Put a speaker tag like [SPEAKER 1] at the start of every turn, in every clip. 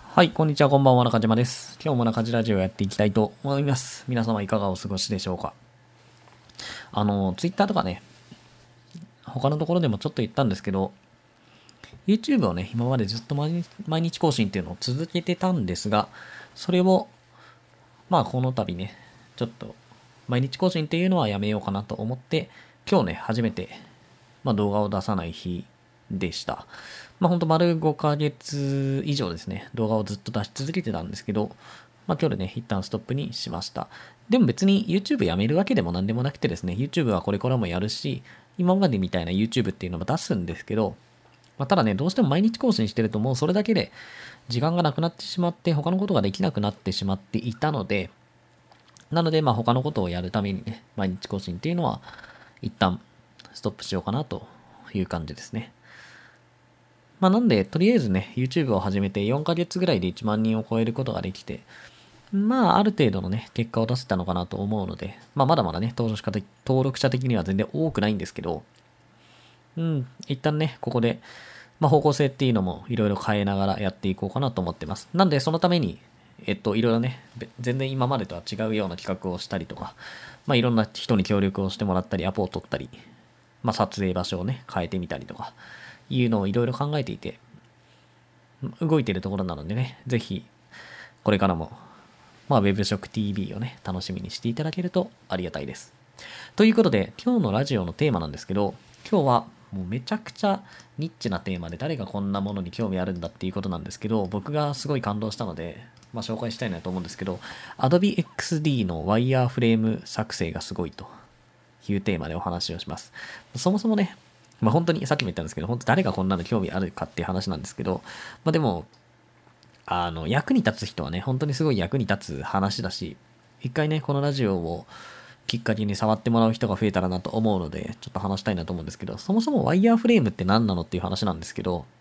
[SPEAKER 1] はい、こんにちは、こんばんは、中島です。今日も中島ラジオをやっていきたいと思います。皆様いかがお過ごしでしょうか。ツイッターとかね、他のところでもちょっと言ったんですけど、YouTube をね、今までずっと毎日更新っていうのを続けてたんですが、それを、この度ね、ちょっと、毎日更新っていうのはやめようかなと思って、今日ね、初めて、動画を出さない日でした。ほんと丸5ヶ月以上ですね、動画をずっと出し続けてたんですけど、今日でね、一旦ストップにしました。でも別に YouTube やめるわけでもなんでもなくてですね、YouTube はこれからもやるし、今までみたいな YouTube っていうのも出すんですけど、ただね、どうしても毎日更新してるともうそれだけで時間がなくなってしまって、他のことができなくなってしまっていたので、他のことをやるためにね、毎日更新っていうのは一旦ストップしようかなという感じですね。なんで、とりあえずね、YouTube を始めて4ヶ月ぐらいで1万人を超えることができて、ある程度のね、結果を出せたのかなと思うので、まだまだね、登録者的には全然多くないんですけど、一旦ね、ここで、方向性っていうのもいろいろ変えながらやっていこうかなと思ってます。なんで、そのために、いろいろね、全然今までとは違うような企画をしたりとか、いろんな人に協力をしてもらったり、アポを取ったり、撮影場所をね、変えてみたりとか、いうのをいろいろ考えていて、動いているところなのでね、ぜひ、これからも、Webshop TV をね、楽しみにしていただけるとありがたいです。ということで、今日のラジオのテーマなんですけど、今日はもうめちゃくちゃニッチなテーマで誰がこんなものに興味あるんだっていうことなんですけど、僕がすごい感動したので、紹介したいなと思うんですけど、Adobe XD のワイヤーフレーム作成がすごいというテーマでお話をします。そもそもね、本当にさっきも言ったんですけど、本当誰がこんなの興味あるかっていう話なんですけど、でも、役に立つ人はね、本当にすごい役に立つ話だし、一回ね、このラジオをきっかけに触ってもらう人が増えたらなと思うので、ちょっと話したいなと思うんですけど、そもそもワイヤーフレームって何なのっていう話なんですけど、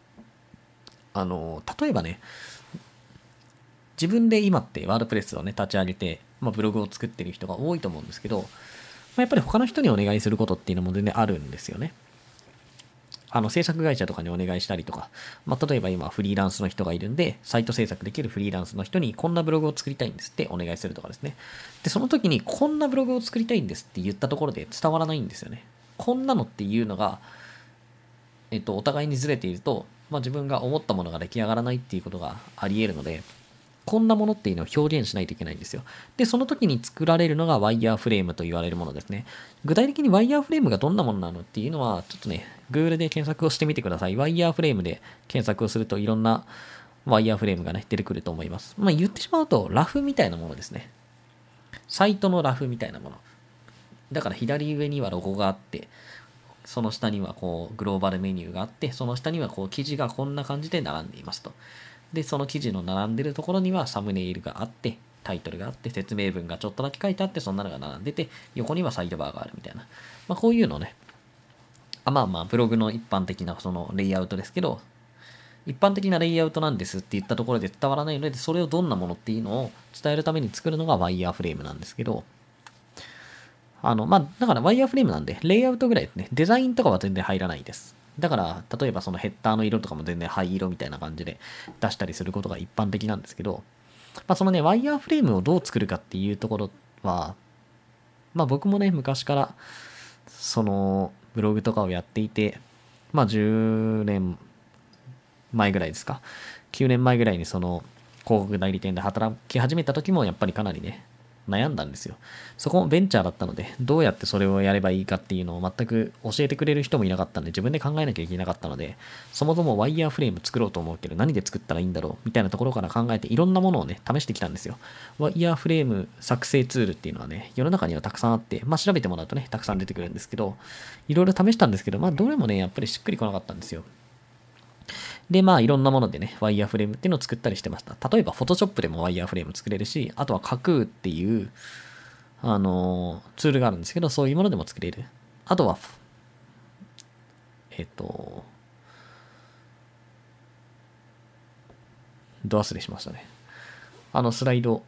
[SPEAKER 1] 例えばね、自分で今ってワードプレスをね、立ち上げて、ブログを作ってる人が多いと思うんですけど、やっぱり他の人にお願いすることっていうのも全然あるんですよね。制作会社とかにお願いしたりとか、例えば今フリーランスの人がいるんで、サイト制作できるフリーランスの人にこんなブログを作りたいんですってお願いするとかですね。で、その時にこんなブログを作りたいんですって言ったところで伝わらないんですよね。こんなのっていうのが、お互いにずれていると、自分が思ったものが出来上がらないっていうことがあり得るので、こんなものっていうのを表現しないといけないんですよ。で、その時に作られるのがワイヤーフレームと言われるものですね。具体的にワイヤーフレームがどんなものなのっていうのは、ちょっとね、Google で検索をしてみてください。ワイヤーフレームで検索をするといろんなワイヤーフレームがね、出てくると思います。言ってしまうと、ラフみたいなものですね。サイトのラフみたいなもの。だから左上にはロゴがあって、その下にはこうグローバルメニューがあって、その下にはこう記事がこんな感じで並んでいますと。で、その記事の並んでるところにはサムネイルがあって、タイトルがあって、説明文がちょっとだけ書いてあって、そんなのが並んでて、横にはサイドバーがあるみたいな。こういうのね、ブログの一般的なそのレイアウトですけど、一般的なレイアウトなんですって言ったところで伝わらないので、それをどんなものっていうのを伝えるために作るのがワイヤーフレームなんですけど、だからワイヤーフレームなんで、レイアウトぐらいですね。デザインとかは全然入らないです。だから、例えばそのヘッダーの色とかも全然灰色みたいな感じで出したりすることが一般的なんですけど、そのね、ワイヤーフレームをどう作るかっていうところは、僕もね、昔から、その、ブログとかをやっていて、10年前ぐらいですか。9年前ぐらいにその、広告代理店で働き始めた時もやっぱりかなりね、悩んだんですよ。そこもベンチャーだったので、どうやってそれをやればいいかっていうのを全く教えてくれる人もいなかったので、自分で考えなきゃいけなかったので、そもそもワイヤーフレーム作ろうと思うけど、何で作ったらいいんだろうみたいなところから考えて、いろんなものをね、試してきたんですよ。ワイヤーフレーム作成ツールっていうのはね、世の中にはたくさんあって、調べてもらうとね、たくさん出てくるんですけど、いろいろ試したんですけど、どれもね、やっぱりしっくりこなかったんですよ。で、いろんなものでね、ワイヤーフレームっていうのを作ったりしてました。例えば、Photoshop でもワイヤーフレーム作れるし、あとは Kaku っていう、ツールがあるんですけど、そういうものでも作れる。あとは、ど忘れしましたね。スライド、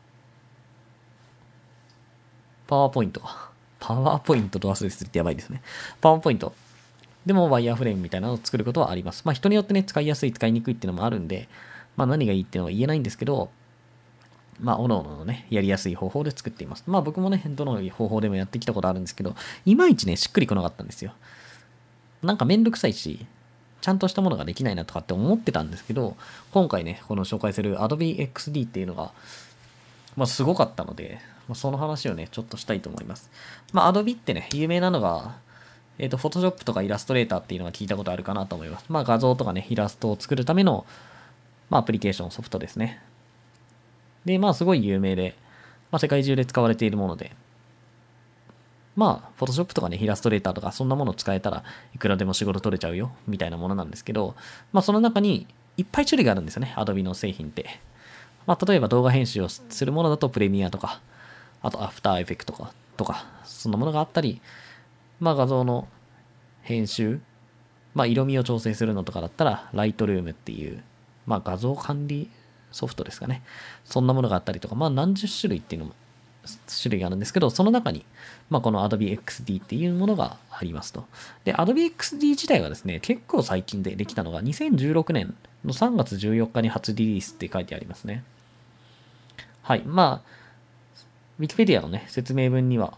[SPEAKER 1] パワーポイント。パワーポイントと忘れするってやばいですね。パワーポイント。でもワイヤーフレームみたいなのを作ることはあります。人によってね、使いやすい、使いにくいっていうのもあるんで、 まあ何がいいっていうのは言えないんですけど、まあ、各々のね、やりやすい方法で作っています。まあ僕もね、どの方法でもやってきたことあるんですけど、いまいちね、しっくりこなかったんですよ。なんかめんどくさいし、ちゃんとしたものができないなとかって思ってたんですけど、今回ね、この紹介する Adobe XD っていうのが、まあすごかったので、まあ、その話をね、ちょっとしたいと思います。まあ Adobe ってね、有名なのが、Photoshop とかイラストレーターっていうのが聞いたことあるかなと思います。まあ画像とかね、イラストを作るための、まあアプリケーションソフトですね。で、まあすごい有名で、まあ世界中で使われているもので、まあ、Photoshop とかね、イラストレーターとか、そんなものを使えたらいくらでも仕事取れちゃうよ、みたいなものなんですけど、まあその中にいっぱい種類があるんですよね、Adobe の製品って。まあ例えば動画編集をするものだとプレミアとか、あとアフターエフェクトとか、そんなものがあったり、まあ画像の編集、まあ色味を調整するのとかだったら、Lightroom っていう、まあ画像管理ソフトですかね。そんなものがあったりとか、まあ何十種類っていうのも、種類があるんですけど、その中に、まあこの Adobe XD っていうものがありますと。で、Adobe XD 自体はですね、結構最近でできたのが2016年の3月14日に初リリースって書いてありますね。はい。まあ、Wikipedia のね、説明文には、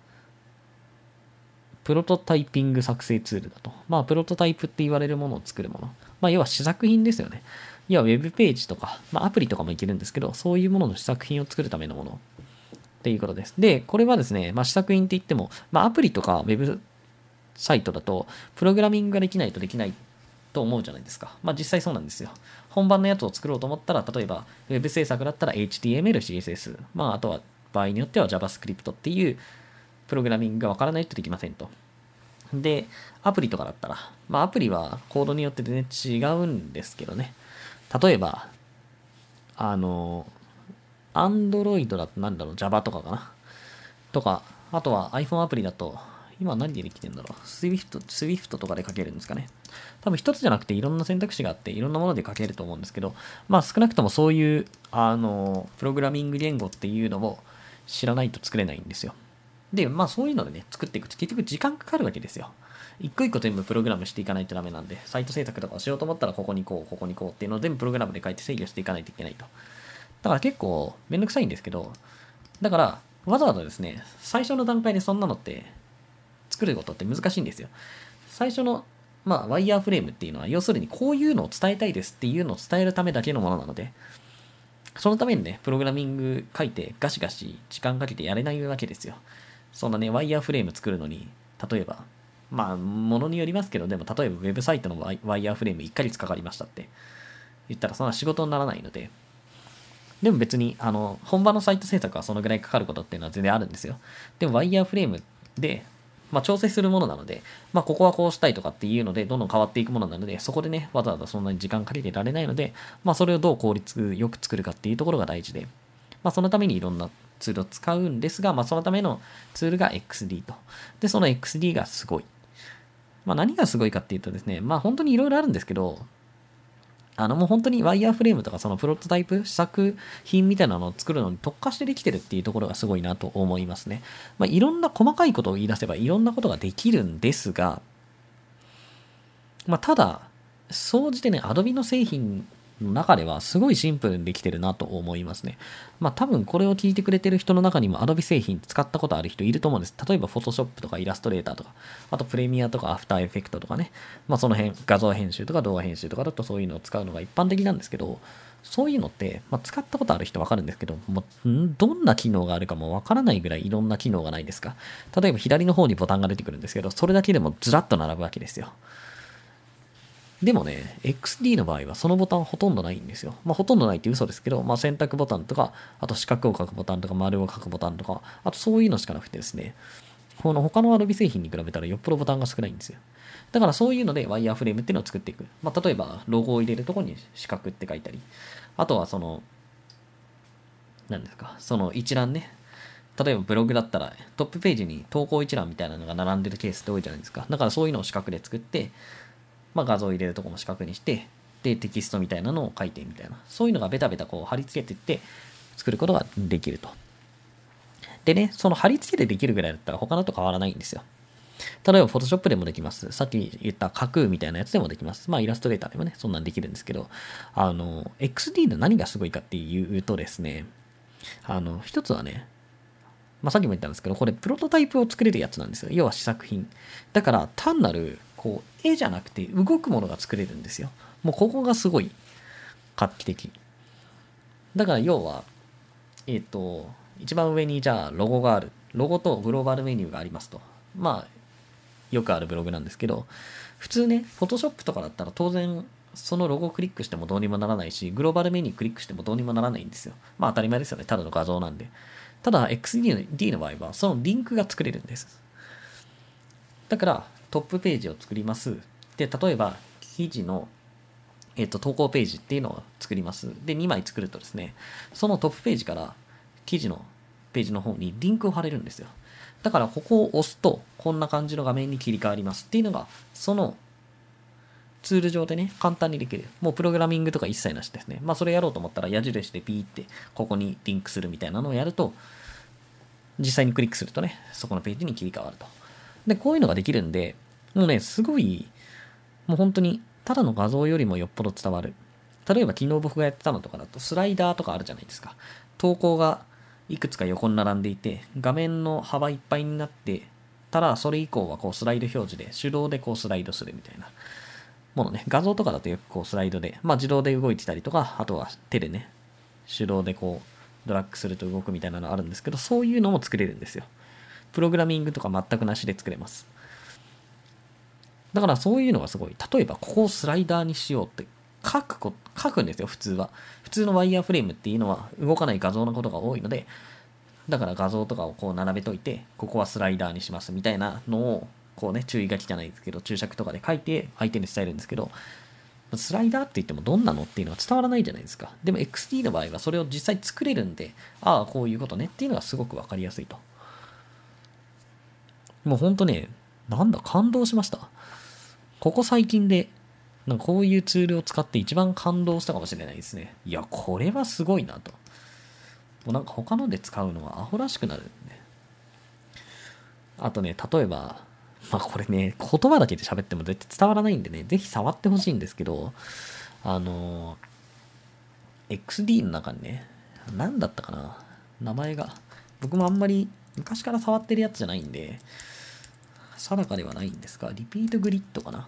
[SPEAKER 1] プロトタイピング作成ツールだと。まあ、プロトタイプって言われるものを作るもの。まあ、要は試作品ですよね。要は Web ページとか、まあ、アプリとかもいけるんですけど、そういうものの試作品を作るためのものっていうことです。で、これはですね、まあ、試作品って言っても、まあ、アプリとか Web サイトだと、プログラミングができないとできないと思うじゃないですか。まあ、実際そうなんですよ。本番のやつを作ろうと思ったら、例えば Web 制作だったら HTML、CSS、まあ、あとは場合によっては JavaScript っていうプログラミングがわからないとできませんと。で、アプリとかだったら、まあアプリはコードによって全然違うんですけどね。例えば、Android だとなんだろう、Java とかかな。とか、あとは iPhone アプリだと、今何でできてんだろう。Swift とかで書けるんですかね。多分一つじゃなくていろんな選択肢があって、いろんなもので書けると思うんですけど、まあ少なくともそういう、プログラミング言語っていうのを知らないと作れないんですよ。で、まあそういうのでね、作っていくと結局時間かかるわけですよ。一個一個全部プログラムしていかないとダメなんで、サイト制作とかをしようと思ったらここにこう、ここにこうっていうのを全部プログラムで書いて制御していかないといけないと。だから結構めんどくさいんですけど、だからわざわざですね、最初の段階でそんなのって作ることって難しいんですよ。最初の、まあワイヤーフレームっていうのは要するにこういうのを伝えたいですっていうのを伝えるためだけのものなので、そのためにね、プログラミング書いてガシガシ時間かけてやれないわけですよ。そんなね、ワイヤーフレーム作るのに、例えば、まあ、ものによりますけど、でも例えばウェブサイトのワイヤーフレーム1ヶ月かかりましたって言ったらそんな仕事にならないので、でも別に、本場のサイト制作はそのぐらいかかることっていうのは全然あるんですよ。でもワイヤーフレームで、まあ調整するものなので、まあここはこうしたいとかっていうので、どんどん変わっていくものなので、そこでね、わざわざそんなに時間かけてられないので、まあそれをどう効率よく作るかっていうところが大事で、まあそのためにいろんなツールを使うんですが、まあそのためのツールが XD と。で、その XD がすごい。まあ何がすごいかっていうとですね、まあ本当にいろいろあるんですけど、もう本当にワイヤーフレームとかそのプロトタイプ、試作品みたいなのを作るのに特化してできてるっていうところがすごいなと思いますね。まあいろんな細かいことを言い出せばいろんなことができるんですが、まあただ、総じてね、Adobe の製品の中ではすごいシンプルにできてるなと思いますね。まあ多分これを聞いてくれてる人の中にも Adobe 製品使ったことある人いると思うんです。例えば Photoshop とかイラストレーターとか、あとプレミアとかアフターエフェクトとかね。まあその辺、画像編集とか動画編集とかだとそういうのを使うのが一般的なんですけど、そういうのって、まあ、使ったことある人わかるんですけど、どんな機能があるかもわからないぐらいいろんな機能がないですか。例えば左の方にボタンが出てくるんですけど、それだけでもずらっと並ぶわけですよ。でもね、XD の場合はそのボタンほとんどないんですよ。まあほとんどないって嘘ですけど、まあ選択ボタンとか、あと四角を書くボタンとか丸を書くボタンとか、あとそういうのしかなくてですね、この他の Adobe 製品に比べたらよっぽどボタンが少ないんですよ。だからそういうのでワイヤーフレームっていうのを作っていく。まあ例えばロゴを入れるところに四角って書いたり、あとは何ですか、その一覧ね。例えばブログだったらトップページに投稿一覧みたいなのが並んでるケースって多いじゃないですか。だからそういうのを四角で作って、まあ、画像を入れるとこも四角にして、で、テキストみたいなのを書いてみたいな。そういうのがベタベタこう貼り付けていって作ることができると。でね、その貼り付けてできるぐらいだったら他のと変わらないんですよ。 例えば Photoshop でもできます。さっき言った架空みたいなやつでもできます。まあイラストレーターでもね、そんなんできるんですけど、XD の何がすごいかっていうとですね、一つはね、まあさっきも言ったんですけど、これプロトタイプを作れるやつなんですよ。要は試作品。だから単なる、こう、絵じゃなくて動くものが作れるんですよ。もうここがすごい画期的。だから要は、一番上にじゃあロゴがある。ロゴとグローバルメニューがありますと。まあ、よくあるブログなんですけど、普通ね、Photoshop とかだったら当然、そのロゴをクリックしてもどうにもならないし、グローバルメニュークリックしてもどうにもならないんですよ。まあ当たり前ですよね。ただの画像なんで。ただ、XD の場合は、そのリンクが作れるんです。だから、トップページを作ります。で、例えば、記事の、投稿ページっていうのを作ります。で、2枚作るとですね、そのトップページから記事のページの方にリンクを貼れるんですよ。だからここを押すとこんな感じの画面に切り替わりますっていうのがそのツール上でね簡単にできる。もうプログラミングとか一切なしですね。まあそれやろうと思ったら矢印でピーってここにリンクするみたいなのをやると実際にクリックするとねそこのページに切り替わると。でこういうのができるんでもうねすごいもう本当にただの画像よりもよっぽど伝わる。例えば昨日僕がやってたのとかだとスライダーとかあるじゃないですか。投稿がいくつか横に並んでいて、画面の幅いっぱいになってたら、それ以降はこうスライド表示で手動でこうスライドするみたいなものね。画像とかだとよくこうスライドで、まあ自動で動いてたりとか、あとは手でね、手動でこうドラッグすると動くみたいなのあるんですけど、そういうのも作れるんですよ。プログラミングとか全くなしで作れます。だからそういうのがすごい。例えばここをスライダーにしようって書くんですよ、普通は。普通のワイヤーフレームっていうのは動かない画像のことが多いので、だから画像とかをこう並べといて、ここはスライダーにしますみたいなのを、こうね、注意書きじゃないですけど、注釈とかで書いて相手に伝えるんですけど、スライダーって言ってもどんなのっていうのは伝わらないじゃないですか。でも XD の場合はそれを実際作れるんで、ああ、こういうことねっていうのがすごくわかりやすいと。もうほんとね、なんだ、感動しました。ここ最近で、なんかこういうツールを使って一番感動したかもしれないですね。いや、これはすごいなと。もうなんか他ので使うのはアホらしくなるんで。あとね、例えば、まあこれね、言葉だけで喋っても絶対伝わらないんでね、ぜひ触ってほしいんですけど、XD の中にね、何だったかな名前が。僕もあんまり昔から触ってるやつじゃないんで、定かではないんですが、リピートグリッドかな。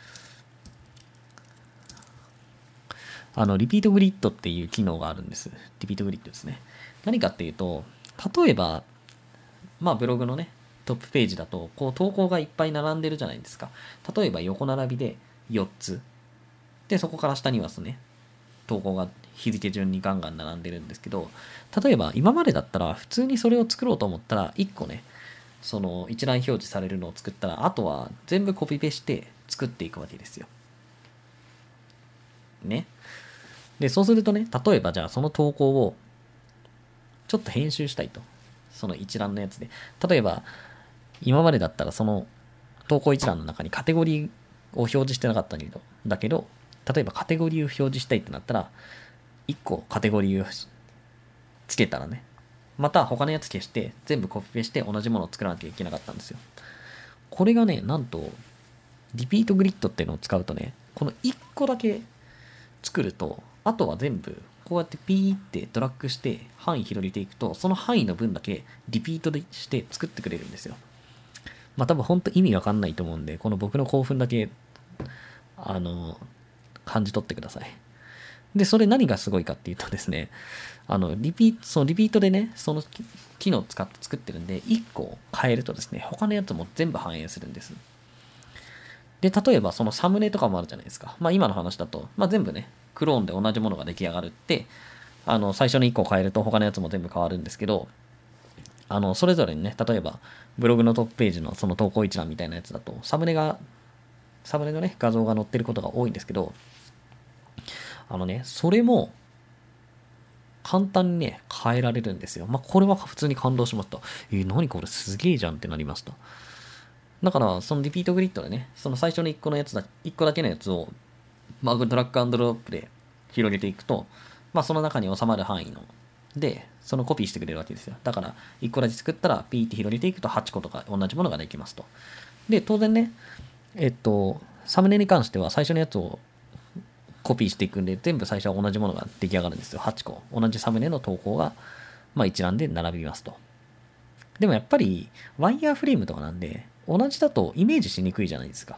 [SPEAKER 1] リピートグリッドっていう機能があるんです。リピートグリッドですね。何かっていうと、例えば、まあブログのね、トップページだと、こう投稿がいっぱい並んでるじゃないですか。例えば横並びで4つ。で、そこから下にはですね、投稿が日付順にガンガン並んでるんですけど、例えば今までだったら普通にそれを作ろうと思ったら、1個ね、その一覧表示されるのを作ったら、あとは全部コピペして作っていくわけですよ。ね。で、そうするとね、例えばじゃあその投稿をちょっと編集したいと。その一覧のやつで。例えば、今までだったらその投稿一覧の中にカテゴリーを表示してなかったんだけど、例えばカテゴリーを表示したいってなったら、1個カテゴリーをつけたらね、また他のやつ消して全部コピペして同じものを作らなきゃいけなかったんですよ。これがね、なんと、リピートグリッドっていうのを使うとね、この1個だけ作ると、あとは全部こうやってピーってドラッグして範囲広げていくと、その範囲の分だけリピートでして作ってくれるんですよ。まあ多分本当意味わかんないと思うんで、この僕の興奮だけ、感じ取ってください。で、それ何がすごいかっていうとですね、そのリピートでね、その機能を使って作ってるんで、1個変えるとですね、他のやつも全部反映するんです。で、例えばそのサムネとかもあるじゃないですか。まあ今の話だと、まあ全部ね、クローンで同じものが出来上がるって、最初の1個変えると他のやつも全部変わるんですけど、それぞれにね、例えば、ブログのトップページのその投稿一覧みたいなやつだと、サムネのね、画像が載ってることが多いんですけど、それも、簡単にね、変えられるんですよ。まあ、これは普通に感動しました。何これすげえじゃんってなりました。だから、そのリピートグリッドでね、その最初の1個だけのやつを、まあ、ドラッグアンドドロップで広げていくと、まあ、その中に収まる範囲の、で、そのコピーしてくれるわけですよ。だから、1個だけ作ったら、ピーって広げていくと8個とか同じものができますと。 で、当然ね、サムネに関しては最初のやつをコピーしていくんで、全部最初は同じものが出来上がるんですよ。8個。同じサムネの投稿が、一覧で並びますと。でもやっぱり、ワイヤーフレームとかなんで、同じだとイメージしにくいじゃないですか。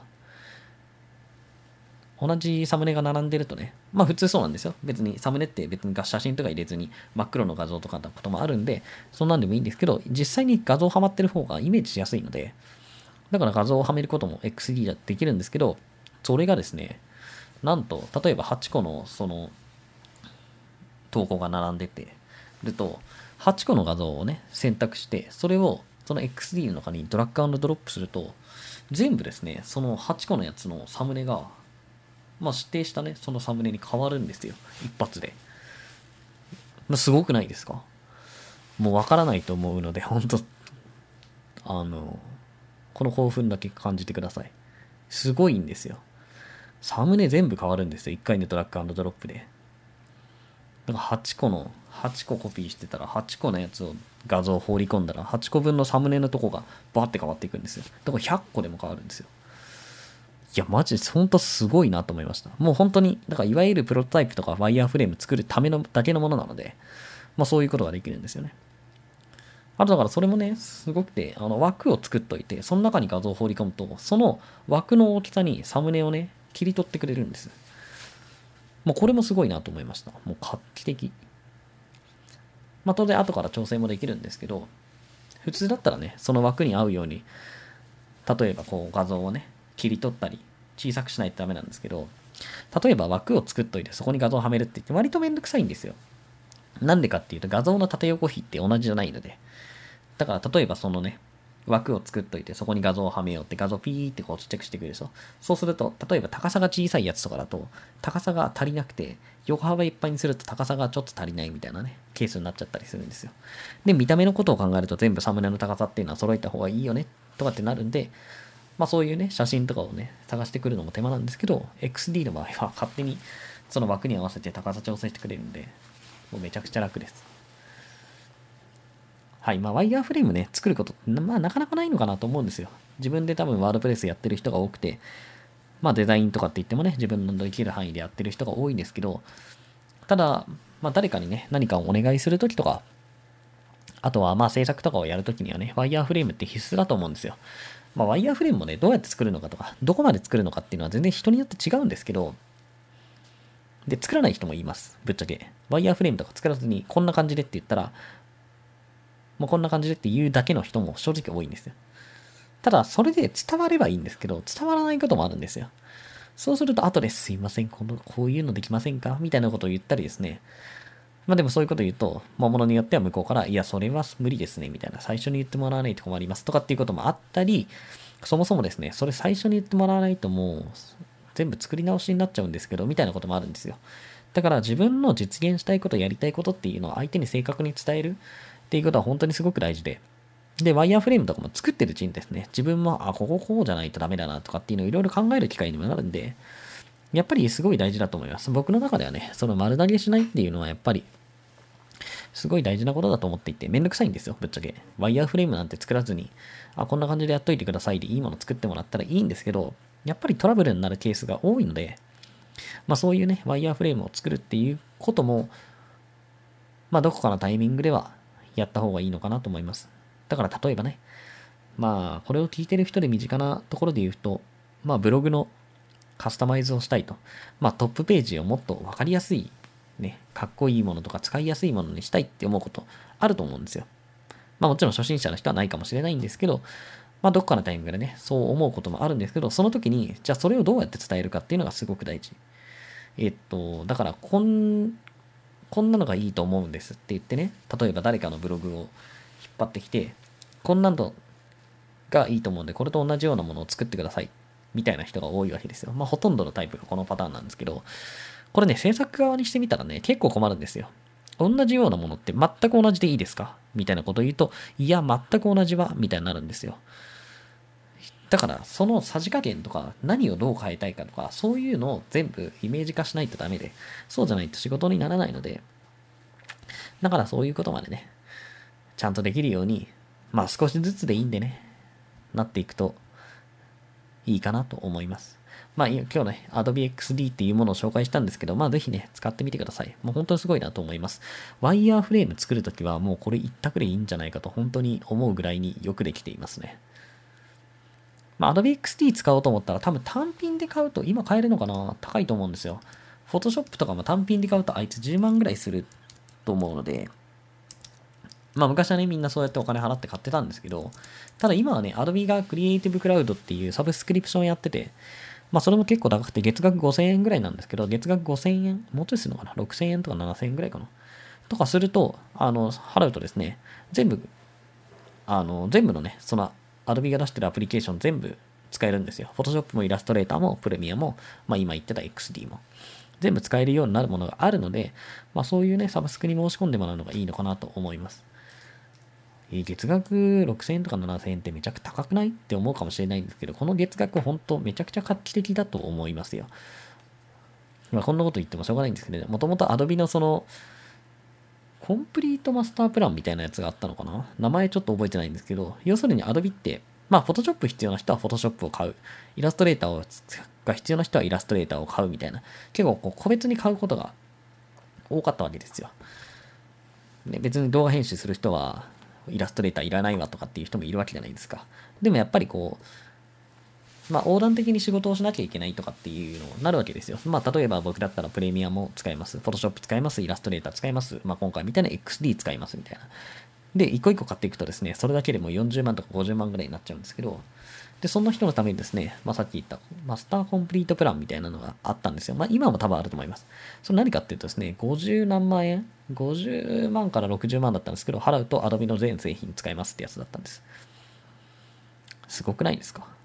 [SPEAKER 1] 同じサムネが並んでるとね、普通そうなんですよ。別にサムネって別に写真とか入れずに真っ黒の画像とかのこともあるんで、そんなんでもいいんですけど、実際に画像はまってる方がイメージしやすいので、だから画像をはめることも XD だってできるんですけど、それがですね、なんと、例えば8個のその投稿が並んでてると、8個の画像をね、選択して、それをその XD の中にドラッグ&ドロップすると、全部ですね、その8個のやつのサムネが、指定したね、そのサムネに変わるんですよ。一発で。すごくないですか？もうわからないと思うので、本当この興奮だけ感じてください。すごいんですよ。サムネ全部変わるんですよ。1回でドラッグ&ドロップで。だから8個コピーしてたら、8個のやつを画像を放り込んだら、8個分のサムネのとこがバーって変わっていくんですよ。だから100個でも変わるんですよ。いや、マジでほんとすごいなと思いました。もう本当に、だからいわゆるプロトタイプとかワイヤーフレーム作るためのだけのものなので、そういうことができるんですよね。あとだからそれもね、すごくて、枠を作っといて、その中に画像を放り込むと、その枠の大きさにサムネをね、切り取ってくれるんです。もうこれもすごいなと思いました。もう画期的。当然後から調整もできるんですけど、普通だったらね、その枠に合うように、例えばこう画像をね、切り取ったり、小さくしないとダメなんですけど、例えば枠を作っといてそこに画像をはめるって言って割とめんどくさいんですよ。なんでかっていうと画像の縦横比って同じじゃないので。だから例えばそのね、枠を作っといてそこに画像をはめようって画像ピーってこうちっちゃくしてくれるでしょ。そうすると、例えば高さが小さいやつとかだと、高さが足りなくて、横幅いっぱいにすると高さがちょっと足りないみたいなね、ケースになっちゃったりするんですよ。で、見た目のことを考えると全部サムネの高さっていうのは揃えた方がいいよね、とかってなるんで、そういうね、写真とかをね、探してくるのも手間なんですけど、XD の場合は勝手にその枠に合わせて高さ調整してくれるんで、もうめちゃくちゃ楽です。はい。ワイヤーフレームね、作ることってなかなかないのかなと思うんですよ。自分で多分ワードプレスやってる人が多くて、デザインとかって言ってもね、自分のできる範囲でやってる人が多いんですけど、ただ、誰かにね、何かをお願いするときとか、あとは制作とかをやるときにはね、ワイヤーフレームって必須だと思うんですよ。ワイヤーフレームもね、どうやって作るのかとか、どこまで作るのかっていうのは全然人によって違うんですけど、で、作らない人もいます。ぶっちゃけ。ワイヤーフレームとか作らずに、こんな感じでって言ったら、もうこんな感じでって言うだけの人も正直多いんですよ。ただ、それで伝わればいいんですけど、伝わらないこともあるんですよ。そうすると、後ですいません、こういうのできませんかみたいなことを言ったりですね。でもそういうこと言うと、ものによっては向こうから、いや、それは無理ですね、みたいな。最初に言ってもらわないと困りますとかっていうこともあったり、そもそもですね、それ最初に言ってもらわないともう、全部作り直しになっちゃうんですけど、みたいなこともあるんですよ。だから自分の実現したいこと、やりたいことっていうのを相手に正確に伝えるっていうことは本当にすごく大事で、で、ワイヤーフレームとかも作ってるうちにですね、自分も、こうじゃないとダメだなとかっていうのをいろいろ考える機会にもなるんで、やっぱりすごい大事だと思います。僕の中ではね、その丸投げしないっていうのはやっぱり、すごい大事なことだと思っていて、めんどくさいんですよ、ぶっちゃけ。ワイヤーフレームなんて作らずに、こんな感じでやっといてくださいでいいもの作ってもらったらいいんですけど、やっぱりトラブルになるケースが多いので、そういうね、ワイヤーフレームを作るっていうことも、どこかのタイミングではやった方がいいのかなと思います。だから例えばね、これを聞いてる人で身近なところで言うと、ブログのカスタマイズをしたいと。トップページをもっとわかりやすい、ね、かっこいいものとか使いやすいものにしたいって思うことあると思うんですよ。もちろん初心者の人はないかもしれないんですけど、どっかのタイミングでね、そう思うこともあるんですけど、その時に、じゃあそれをどうやって伝えるかっていうのがすごく大事。だからこんなのがいいと思うんですって言ってね、例えば誰かのブログを引っ張ってきて、こんなのがいいと思うんで、これと同じようなものを作ってください。みたいな人が多いわけですよ。ほとんどのタイプがこのパターンなんですけど、これね、制作側にしてみたらね、結構困るんですよ。同じようなものって全く同じでいいですかみたいなことを言うと、いや、全く同じは、みたいになるんですよ。だから、そのさじ加減とか、何をどう変えたいかとか、そういうのを全部イメージ化しないとダメで、そうじゃないと仕事にならないので、だからそういうことまでね、ちゃんとできるように、少しずつでいいんでね、なっていくといいかなと思います。まあ今日ね、Adobe XD っていうものを紹介したんですけど、まあぜひね、使ってみてください。もう本当にすごいなと思います。ワイヤーフレーム作るときはもうこれ一択でいいんじゃないかと本当に思うぐらいによくできていますね。まあ Adobe XD 使おうと思ったら多分単品で買うと今買えるのかな、高いと思うんですよ。Photoshop とかも単品で買うとあいつ10万ぐらいすると思うので、まあ昔はね、みんなそうやってお金払って買ってたんですけど、ただ今はね、Adobe が Creative Cloud っていうサブスクリプションやってて、まあそれも結構高くて月額5000円ぐらいなんですけど、月額5000円、もうちょいするのかな ?6000 円とか7000円ぐらいかなとかすると、払うとですね、全部のね、その Adobe が出してるアプリケーション全部使えるんですよ。Photoshop も Illustrator も Premiere も、まあ今言ってた XD も。全部使えるようになるものがあるので、まあそういうね、サブスクに申し込んでもらうのがいいのかなと思います。月額6000円とか7000円ってめちゃくちゃ高くないって思うかもしれないんですけど、この月額本当めちゃくちゃ画期的だと思いますよ。まあこんなこと言ってもしょうがないんですけどね、もともと Adobe のその、コンプリートマスタープランみたいなやつがあったのかな、名前ちょっと覚えてないんですけど、要するに Adobe って、まあ Photoshop 必要な人は Photoshop を買う。イラストレーターが必要な人はイラストレーターを買うみたいな。結構こう個別に買うことが多かったわけですよ。ね、別に動画編集する人はイラストレーターいらないわとかっていう人もいるわけじゃないですか。でもやっぱりこう、まあ横断的に仕事をしなきゃいけないとかっていうのになるわけですよ。まあ例えば僕だったらプレミアも使います。Photoshop 使います。イラストレーター使います。まあ今回みたいな XD 使いますみたいな。で、一個一個買っていくとですね、それだけでも40万とか50万ぐらいになっちゃうんですけど、で、そんな人のためにですね、まあさっき言ったマスターコンプリートプランみたいなのがあったんですよ。まあ今も多分あると思います。それ何かっていうとですね、50何万円 ?50 万から60万だったんですけど、払うと Adobe の全製品使えますってやつだったんです。すごくないですか？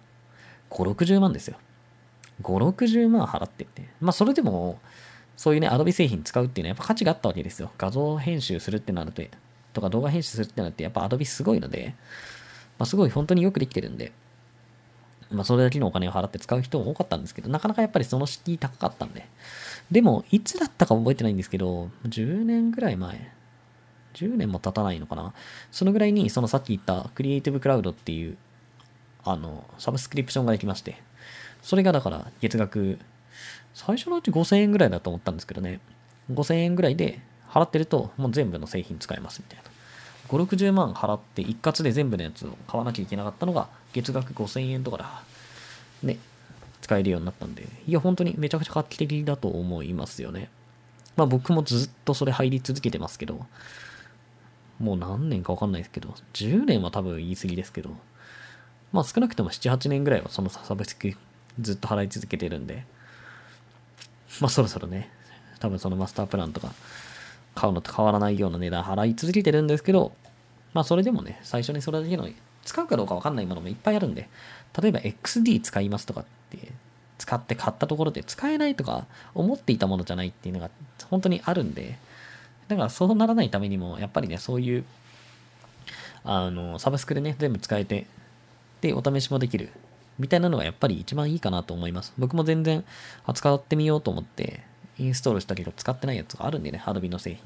[SPEAKER 1] 5、60万ですよ。5、60万払ってって。まあそれでも、そういうね、Adobe 製品使うっていうのはやっぱ価値があったわけですよ。画像編集するってなると、とか動画編集するってなると、やっぱ Adobe すごいので、まあすごい本当によくできてるんで、まあそれだけのお金を払って使う人も多かったんですけど、なかなかやっぱりその敷居高かったんで。でも、いつだったか覚えてないんですけど、10年ぐらい前、10年も経たないのかな。そのぐらいに、そのさっき言ったクリエイティブクラウドっていう、サブスクリプションができまして、それがだから月額、最初のうち5000円ぐらいだと思ったんですけどね、5000円ぐらいで払ってると、もう全部の製品使えますみたいな。5、60万払って一括で全部のやつを買わなきゃいけなかったのが、月額5000円とかだ。ね、使えるようになったんで、いや、本当にめちゃくちゃ画期的だと思いますよね。まあ僕もずっとそれ入り続けてますけど、もう何年かわかんないですけど、10年は多分言い過ぎですけど、まあ少なくとも7、8年ぐらいはそのサブスクずっと払い続けてるんで、まあそろそろね、多分そのマスタープランとか買うのと変わらないような値段払い続けてるんですけど、まあそれでもね、最初にそれだけの使うかどうかわかんないものもいっぱいあるんで、例えば XD 使いますとかって使って買ったところで使えないとか思っていたものじゃないっていうのが本当にあるんで、だからそうならないためにもやっぱりね、そういうサブスクでね、全部使えて、で、お試しもできるみたいなのがやっぱり一番いいかなと思います。僕も全然扱ってみようと思ってインストールしたけど使ってないやつがあるんでね、Adobe の製品。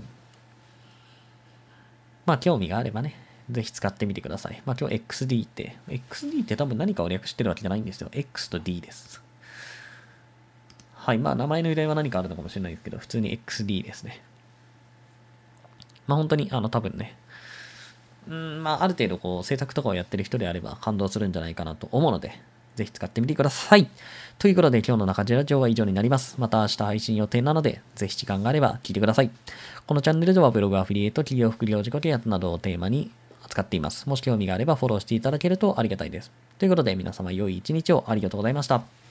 [SPEAKER 1] まあ興味があればね、ぜひ使ってみてください。まあ今日 XD って多分何かを略してるわけじゃないんですよ。X と D です。はい。まあ名前の由来は何かあるのかもしれないですけど、普通に XD ですね。まあ本当に多分ね、まあある程度こう制作とかをやってる人であれば感動するんじゃないかなと思うので、ぜひ使ってみてください。ということで今日の中地ラジオは以上になります。また明日配信予定なので、ぜひ時間があれば聞いてください。このチャンネルではブログ、アフィリエイト、企業副業、自己啓発などをテーマに扱っています。もし興味があればフォローしていただけるとありがたいです。ということで皆様良い一日をありがとうございました。